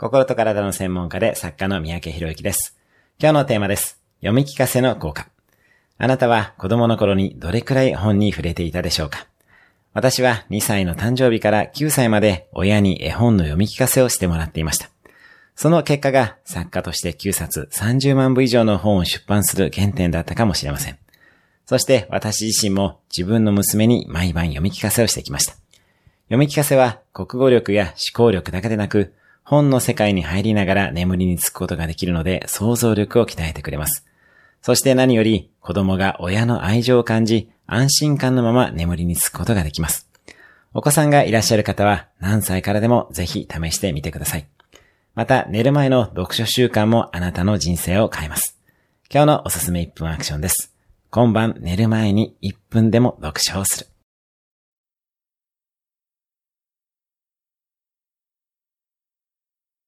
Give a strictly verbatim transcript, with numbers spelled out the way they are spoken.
心と体の専門家で作家の三宅博之です。今日のテーマです。読み聞かせの効果。あなたは子供の頃にどれくらい本に触れていたでしょうか？私はにさいの誕生日からきゅうさいまで親に絵本の読み聞かせをしてもらっていました。その結果が作家としてきゅうさつさんじゅうまんぶ以上の本を出版する原点だったかもしれません。そして私自身も自分の娘に毎晩読み聞かせをしてきました。読み聞かせは国語力や思考力だけでなく、本の世界に入りながら眠りにつくことができるので想像力を鍛えてくれます。そして何より子供が親の愛情を感じ、安心感のまま眠りにつくことができます。お子さんがいらっしゃる方は何歳からでもぜひ試してみてください。また寝る前の読書習慣もあなたの人生を変えます。今日のおすすめいっぷんアクションです。今晩寝る前にいっぷんでも読書をする。